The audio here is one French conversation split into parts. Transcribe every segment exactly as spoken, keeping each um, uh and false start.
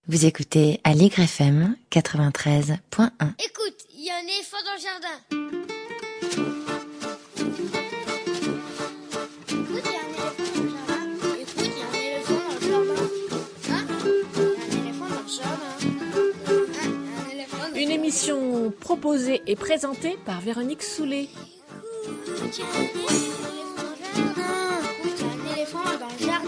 Vous écoutez Aligre F M quatre-vingt-treize point un. Écoute, il y a un éléphant dans le jardin. Écoute, il y a un éléphant dans le jardin. Écoute, il y a un éléphant dans le jardin. Hein? Il y a un éléphant dans le jardin. Hein? Il y a un éléphant dans le Une émission proposée et présentée par Véronique Soulet. Écoute, il y a un éléphant dans le jardin.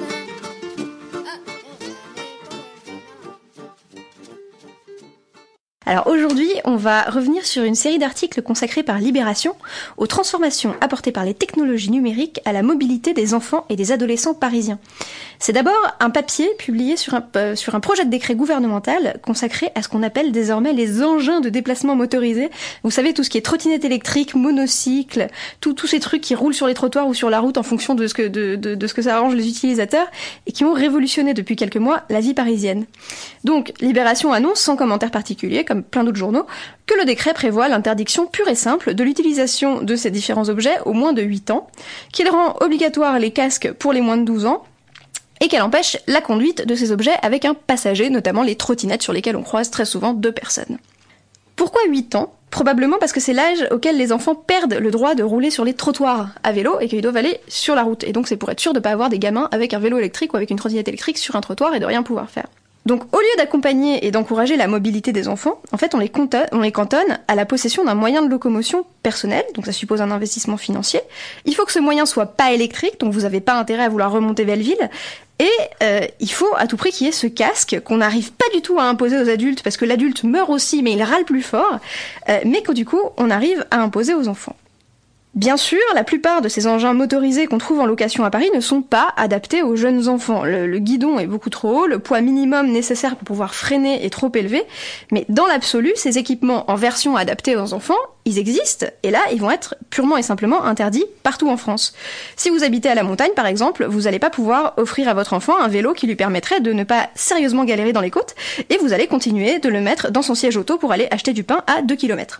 Alors aujourd'hui, on va revenir sur une série d'articles consacrés par Libération aux transformations apportées par les technologies numériques à la mobilité des enfants et des adolescents parisiens. C'est d'abord un papier publié sur un, euh, sur un projet de décret gouvernemental consacré à ce qu'on appelle désormais les engins de déplacement motorisés. Vous savez, tout ce qui est trottinette électrique, monocycle, tous ces trucs qui roulent sur les trottoirs ou sur la route en fonction de ce que, de, de, de ce que ça arrange les utilisateurs et qui ont révolutionné depuis quelques mois la vie parisienne. Donc, Libération annonce, sans commentaire particulier, comme plein d'autres journaux, que le décret prévoit l'interdiction pure et simple de l'utilisation de ces différents objets au moins de huit ans, qu'il rend obligatoire les casques pour les moins de douze ans, et qu'elle empêche la conduite de ces objets avec un passager, notamment les trottinettes sur lesquelles on croise très souvent deux personnes. Pourquoi huit ans ? Probablement parce que c'est l'âge auquel les enfants perdent le droit de rouler sur les trottoirs à vélo et qu'ils doivent aller sur la route. Et donc c'est pour être sûr de ne pas avoir des gamins avec un vélo électrique ou avec une trottinette électrique sur un trottoir et de rien pouvoir faire. Donc, au lieu d'accompagner et d'encourager la mobilité des enfants, en fait, on les, cantonne, on les cantonne à la possession d'un moyen de locomotion personnel, donc ça suppose un investissement financier. Il faut que ce moyen soit pas électrique, donc vous n'avez pas intérêt à vouloir remonter Belleville. Et euh, il faut à tout prix qu'il y ait ce casque qu'on n'arrive pas du tout à imposer aux adultes, parce que l'adulte meurt aussi, mais il râle plus fort, euh, mais que du coup, on arrive à imposer aux enfants. Bien sûr, la plupart de ces engins motorisés qu'on trouve en location à Paris ne sont pas adaptés aux jeunes enfants. Le, le guidon est beaucoup trop haut, le poids minimum nécessaire pour pouvoir freiner est trop élevé, mais dans l'absolu, ces équipements en version adaptée aux enfants, ils existent, et là, ils vont être purement et simplement interdits partout en France. Si vous habitez à la montagne, par exemple, vous n'allez pas pouvoir offrir à votre enfant un vélo qui lui permettrait de ne pas sérieusement galérer dans les côtes, et vous allez continuer de le mettre dans son siège auto pour aller acheter du pain à deux kilomètres.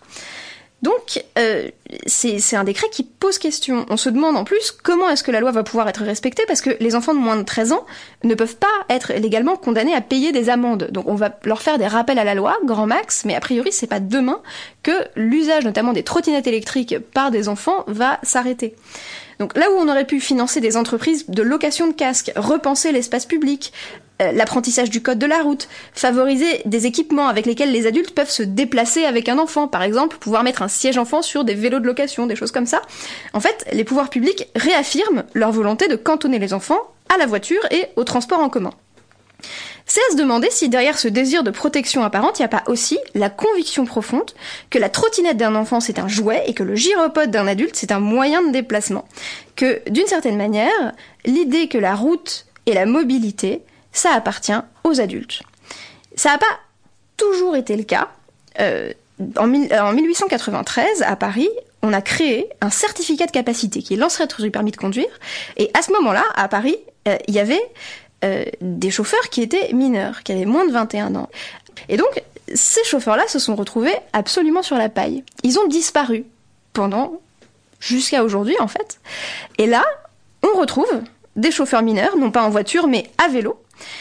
Donc, euh, c'est, c'est un décret qui pose question. On se demande en plus comment est-ce que la loi va pouvoir être respectée, parce que les enfants de moins de treize ans ne peuvent pas être légalement condamnés à payer des amendes. Donc on va leur faire des rappels à la loi, grand max, mais a priori c'est pas demain que l'usage notamment des trottinettes électriques par des enfants va s'arrêter. Donc là où on aurait pu financer des entreprises de location de casques, repenser l'espace public, euh, l'apprentissage du code de la route, favoriser des équipements avec lesquels les adultes peuvent se déplacer avec un enfant, par exemple pouvoir mettre un siège enfant sur des vélos de location, des choses comme ça. En fait, les pouvoirs publics réaffirment leur volonté de cantonner les enfants à la voiture et au transport en commun. C'est à se demander si derrière ce désir de protection apparente, il n'y a pas aussi la conviction profonde que la trottinette d'un enfant c'est un jouet et que le gyropode d'un adulte c'est un moyen de déplacement. Que d'une certaine manière, l'idée que la route et la mobilité, ça appartient aux adultes. Ça n'a pas toujours été le cas. Euh, en, en mille huit cent quatre-vingt-treize, à Paris, on a créé un certificat de capacité qui est l'ancêtre du permis de conduire. Et à ce moment-là, à Paris, euh, il y avait Euh, des chauffeurs qui étaient mineurs, qui avaient moins de vingt et un ans. Et donc, ces chauffeurs-là se sont retrouvés absolument sur la paille. Ils ont disparu pendant, jusqu'à aujourd'hui en fait. Et là, on retrouve des chauffeurs mineurs, non pas en voiture, mais à vélo,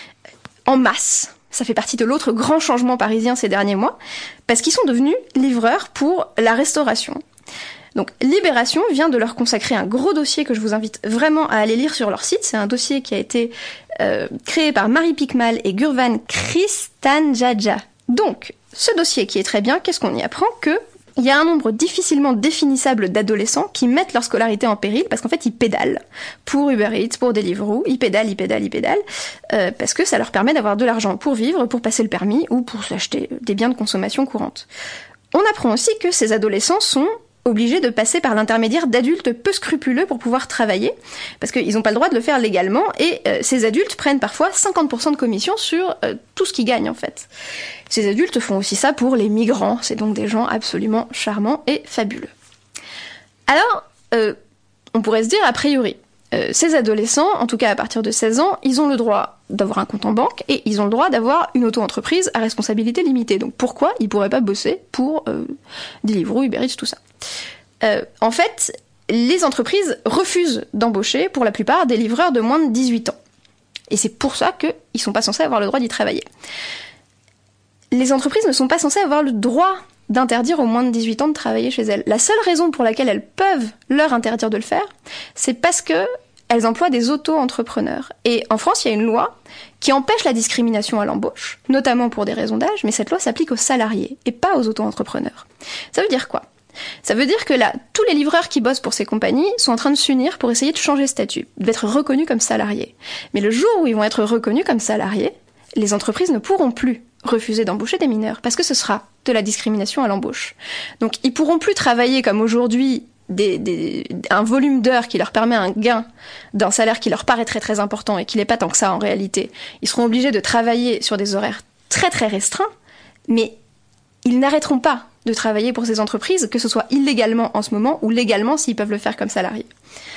en masse. Ça fait partie de l'autre grand changement parisien ces derniers mois, parce qu'ils sont devenus livreurs pour la restauration. Donc Libération vient de leur consacrer un gros dossier que je vous invite vraiment à aller lire sur leur site. C'est un dossier qui a été euh, créé par Marie Picmal et Gurvan Kristanjaja. Donc, ce dossier qui est très bien, qu'est-ce qu'on y apprend ? Que il y a un nombre difficilement définissable d'adolescents qui mettent leur scolarité en péril parce qu'en fait ils pédalent pour Uber Eats, pour Deliveroo, ils pédalent, ils pédalent, ils pédalent, euh, parce que ça leur permet d'avoir de l'argent pour vivre, pour passer le permis ou pour s'acheter des biens de consommation courante. On apprend aussi que ces adolescents sont obligés de passer par l'intermédiaire d'adultes peu scrupuleux pour pouvoir travailler, parce qu'ils n'ont pas le droit de le faire légalement, et euh, ces adultes prennent parfois cinquante pour cent de commission sur euh, tout ce qu'ils gagnent en fait. Ces adultes font aussi ça pour les migrants, c'est donc des gens absolument charmants et fabuleux. Alors, euh, on pourrait se dire a priori, euh, ces adolescents, en tout cas à partir de seize ans, ils ont le droit d'avoir un compte en banque et ils ont le droit d'avoir une auto-entreprise à responsabilité limitée. Donc pourquoi ils pourraient pas bosser pour euh, Deliveroo, Uber Eats, tout ça ? Euh, en fait, les entreprises refusent d'embaucher, pour la plupart, des livreurs de moins de dix-huit ans. Et c'est pour ça qu'ils sont pas censés avoir le droit d'y travailler. les entreprises ne sont pas censées avoir le droit d'interdire aux moins de dix-huit ans de travailler chez elles. La seule raison pour laquelle elles peuvent leur interdire de le faire, c'est parce que elles emploient des auto-entrepreneurs. Et en France, il y a une loi qui empêche la discrimination à l'embauche, notamment pour des raisons d'âge, mais cette loi s'applique aux salariés et pas aux auto-entrepreneurs. Ça veut dire quoi ? Ça veut dire que là, tous les livreurs qui bossent pour ces compagnies sont en train de s'unir pour essayer de changer de statut, d'être reconnus comme salariés. Mais le jour où ils vont être reconnus comme salariés, les entreprises ne pourront plus refuser d'embaucher des mineurs, parce que ce sera de la discrimination à l'embauche. Donc ils pourront plus travailler comme aujourd'hui Des, des, un volume d'heures qui leur permet un gain d'un salaire qui leur paraît très très important et qui n'est pas tant que ça en réalité. Ils seront obligés de travailler sur des horaires très très restreints, mais ils n'arrêteront pas de travailler pour ces entreprises, que ce soit illégalement en ce moment ou légalement s'ils peuvent le faire comme salariés.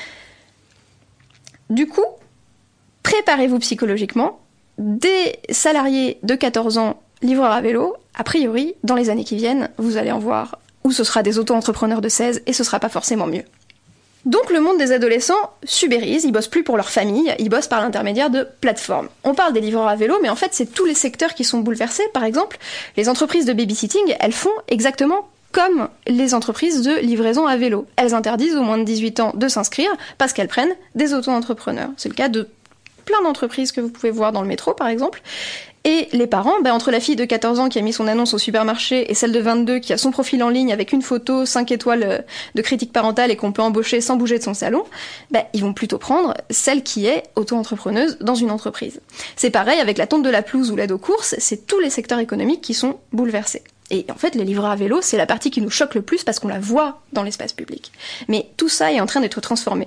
Du coup, préparez-vous psychologiquement. Des salariés de quatorze ans livreurs à vélo, a priori, dans les années qui viennent, vous allez en voir, ou ce sera des auto-entrepreneurs de seize, et ce sera pas forcément mieux. Donc le monde des adolescents s'ubérise, ils bossent plus pour leur famille, ils bossent par l'intermédiaire de plateformes. On parle des livreurs à vélo, mais en fait c'est tous les secteurs qui sont bouleversés. Par exemple, les entreprises de babysitting, elles font exactement comme les entreprises de livraison à vélo. Elles interdisent aux moins de dix-huit ans de s'inscrire parce qu'elles prennent des auto-entrepreneurs. C'est le cas de plein d'entreprises que vous pouvez voir dans le métro par exemple. Et les parents, ben entre la fille de quatorze ans qui a mis son annonce au supermarché et celle de vingt-deux qui a son profil en ligne avec une photo cinq étoiles de critique parentale et qu'on peut embaucher sans bouger de son salon, ben ils vont plutôt prendre celle qui est auto-entrepreneuse dans une entreprise. C'est pareil avec la tonte de la pelouse ou l'aide aux courses, c'est tous les secteurs économiques qui sont bouleversés. Et en fait, les livreurs à vélo, c'est la partie qui nous choque le plus parce qu'on la voit dans l'espace public. Mais tout ça est en train d'être transformé.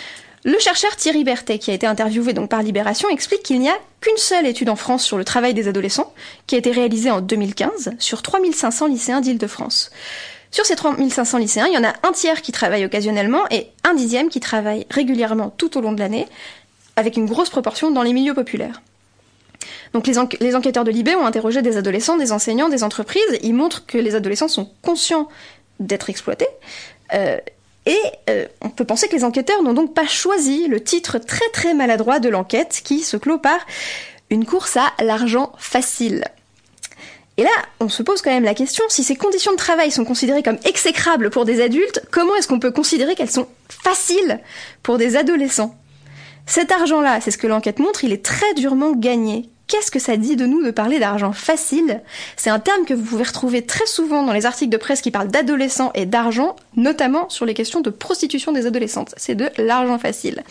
Le chercheur Thierry Berthet, qui a été interviewé donc par Libération, explique qu'il n'y a qu'une seule étude en France sur le travail des adolescents, qui a été réalisée en deux mille quinze sur trois mille cinq cents lycéens d'Île-de-France. Sur ces trois mille cinq cents lycéens, il y en a un tiers qui travaille occasionnellement et un dixième qui travaille régulièrement tout au long de l'année, avec une grosse proportion dans les milieux populaires. Donc les, enqu- les enquêteurs de Libé ont interrogé des adolescents, des enseignants, des entreprises. Ils montrent que les adolescents sont conscients d'être exploités. Euh, Et euh, on peut penser que les enquêteurs n'ont donc pas choisi le titre très très maladroit de l'enquête qui se clôt par « Une course à l'argent facile ». Et là, on se pose quand même la question, si ces conditions de travail sont considérées comme exécrables pour des adultes, comment est-ce qu'on peut considérer qu'elles sont faciles pour des adolescents ? Cet argent-là, c'est ce que l'enquête montre, il est très durement gagné. Qu'est-ce que ça dit de nous de parler d'argent facile ? C'est un terme que vous pouvez retrouver très souvent dans les articles de presse qui parlent d'adolescents et d'argent, notamment sur les questions de prostitution des adolescentes. C'est de l'argent facile.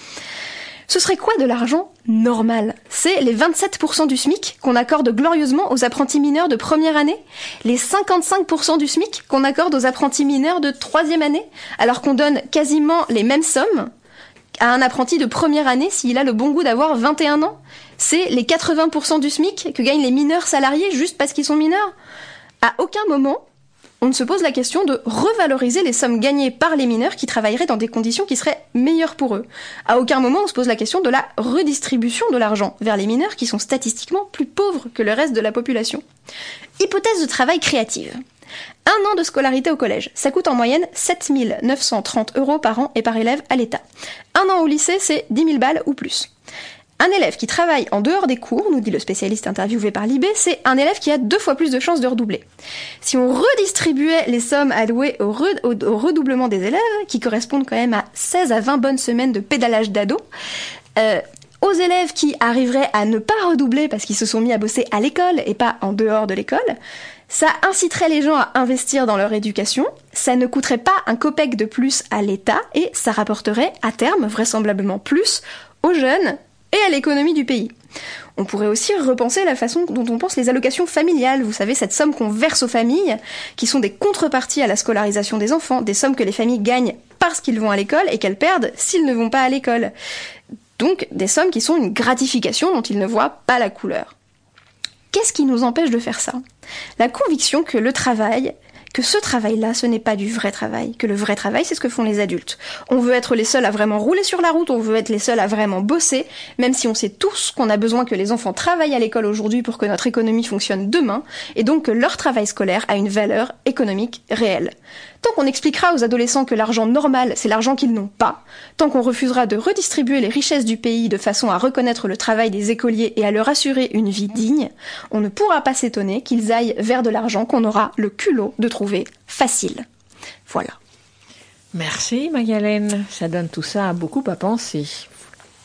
Ce serait quoi de l'argent normal ? C'est les vingt-sept pour cent du SMIC qu'on accorde glorieusement aux apprentis mineurs de première année, les cinquante-cinq pour cent du SMIC qu'on accorde aux apprentis mineurs de troisième année, alors qu'on donne quasiment les mêmes sommes à un apprenti de première année s'il a le bon goût d'avoir vingt et un ans. C'est les quatre-vingts pour cent du SMIC que gagnent les mineurs salariés juste parce qu'ils sont mineurs. À aucun moment, on ne se pose la question de revaloriser les sommes gagnées par les mineurs qui travailleraient dans des conditions qui seraient meilleures pour eux. À aucun moment, on se pose la question de la redistribution de l'argent vers les mineurs qui sont statistiquement plus pauvres que le reste de la population. Hypothèse de travail créative. Un an de scolarité au collège, ça coûte en moyenne sept mille neuf cent trente euros par an et par élève à l'État. Un an au lycée, c'est dix mille balles ou plus. Un élève qui travaille en dehors des cours, nous dit le spécialiste interviewé par Libé, c'est un élève qui a deux fois plus de chances de redoubler. Si on redistribuait les sommes allouées au, re- au, au redoublement des élèves, qui correspondent quand même à seize à vingt bonnes semaines de pédalage d'ado, euh, aux élèves qui arriveraient à ne pas redoubler parce qu'ils se sont mis à bosser à l'école et pas en dehors de l'école, ça inciterait les gens à investir dans leur éducation, ça ne coûterait pas un copec de plus à l'État et ça rapporterait à terme vraisemblablement plus aux jeunes et à l'économie du pays. On pourrait aussi repenser la façon dont on pense les allocations familiales, vous savez, cette somme qu'on verse aux familles, qui sont des contreparties à la scolarisation des enfants, des sommes que les familles gagnent parce qu'ils vont à l'école et qu'elles perdent s'ils ne vont pas à l'école. Donc des sommes qui sont une gratification dont ils ne voient pas la couleur. Qu'est-ce qui nous empêche de faire ça ? La conviction que le travail, que ce travail-là, ce n'est pas du vrai travail, que le vrai travail, c'est ce que font les adultes. On veut être les seuls à vraiment rouler sur la route, on veut être les seuls à vraiment bosser, même si on sait tous qu'on a besoin que les enfants travaillent à l'école aujourd'hui pour que notre économie fonctionne demain, et donc que leur travail scolaire a une valeur économique réelle. Tant qu'on expliquera aux adolescents que l'argent normal, c'est l'argent qu'ils n'ont pas, tant qu'on refusera de redistribuer les richesses du pays de façon à reconnaître le travail des écoliers et à leur assurer une vie digne, on ne pourra pas s'étonner qu'ils aillent vers de l'argent qu'on aura le culot de trouver facile. Voilà. Merci Magalène, ça donne tout ça beaucoup à penser.